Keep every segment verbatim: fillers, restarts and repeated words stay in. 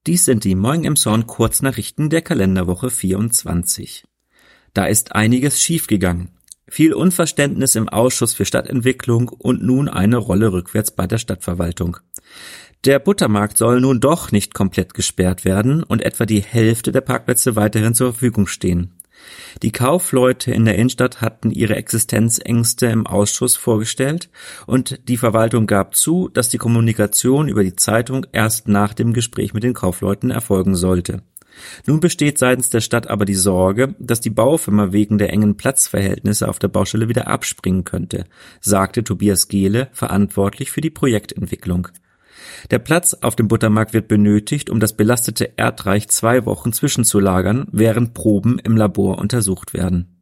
Dies sind die Moin Emshorn Kurznachrichten der Kalenderwoche vierundzwanzig. Da ist einiges schiefgegangen. Viel Unverständnis im Ausschuss für Stadtentwicklung und nun eine Rolle rückwärts bei der Stadtverwaltung. Der Buttermarkt soll nun doch nicht komplett gesperrt werden und etwa die Hälfte der Parkplätze weiterhin zur Verfügung stehen. Die Kaufleute in der Innenstadt hatten ihre Existenzängste im Ausschuss vorgestellt und die Verwaltung gab zu, dass die Kommunikation über die Zeitung erst nach dem Gespräch mit den Kaufleuten erfolgen sollte. Nun besteht seitens der Stadt aber die Sorge, dass die Baufirma wegen der engen Platzverhältnisse auf der Baustelle wieder abspringen könnte, sagte Tobias Gehle, verantwortlich für die Projektentwicklung. Der Platz auf dem Buttermarkt wird benötigt, um das belastete Erdreich zwei Wochen zwischenzulagern, während Proben im Labor untersucht werden.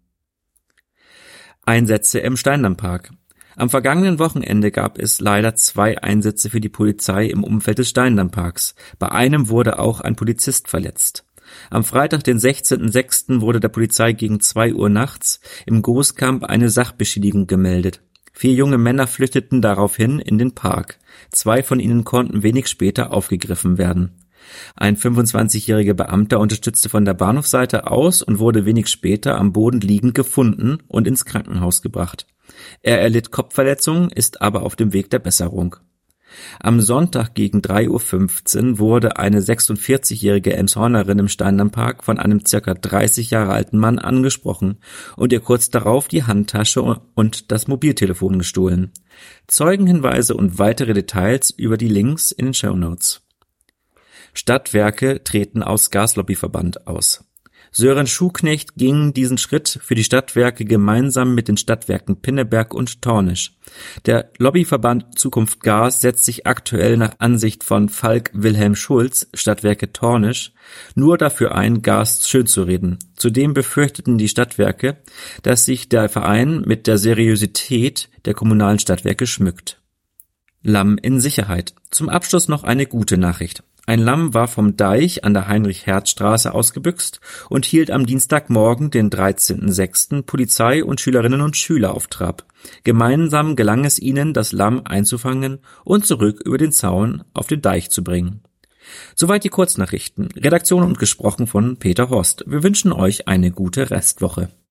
Einsätze im Steindammpark. Am vergangenen Wochenende gab es leider zwei Einsätze für die Polizei im Umfeld des Steindammparks. Bei einem wurde auch ein Polizist verletzt. Am Freitag, den sechzehnten sechsten wurde der Polizei gegen zwei Uhr nachts im Gooskamp eine Sachbeschädigung gemeldet. Vier junge Männer flüchteten daraufhin in den Park. Zwei von ihnen konnten wenig später aufgegriffen werden. Ein fünfundzwanzigjähriger Beamter unterstützte von der Bahnhofsseite aus und wurde wenig später am Boden liegend gefunden und ins Krankenhaus gebracht. Er erlitt Kopfverletzungen, ist aber auf dem Weg der Besserung. Am Sonntag gegen drei Uhr fünfzehn wurde eine sechsundvierzigjährige Emshornerin im Steindammpark von einem circa dreißig Jahre alten Mann angesprochen und ihr kurz darauf die Handtasche und das Mobiltelefon gestohlen. Zeugenhinweise und weitere Details über die Links in den Shownotes. Stadtwerke treten aus Gaslobbyverband aus. Sören Schuhknecht ging diesen Schritt für die Stadtwerke gemeinsam mit den Stadtwerken Pinneberg und Tornisch. Der Lobbyverband Zukunft Gas setzt sich aktuell nach Ansicht von Falk Wilhelm Schulz, Stadtwerke Tornisch, nur dafür ein, Gas schönzureden. Zudem befürchteten die Stadtwerke, dass sich der Verein mit der Seriosität der kommunalen Stadtwerke schmückt. Lamm in Sicherheit. Zum Abschluss noch eine gute Nachricht. Ein Lamm war vom Deich an der Heinrich-Herz-Straße ausgebüxt und hielt am Dienstagmorgen, den dreizehnten sechsten Polizei und Schülerinnen und Schüler auf Trab. Gemeinsam gelang es ihnen, das Lamm einzufangen und zurück über den Zaun auf den Deich zu bringen. Soweit die Kurznachrichten. Redaktion und gesprochen von Peter Horst. Wir wünschen euch eine gute Restwoche.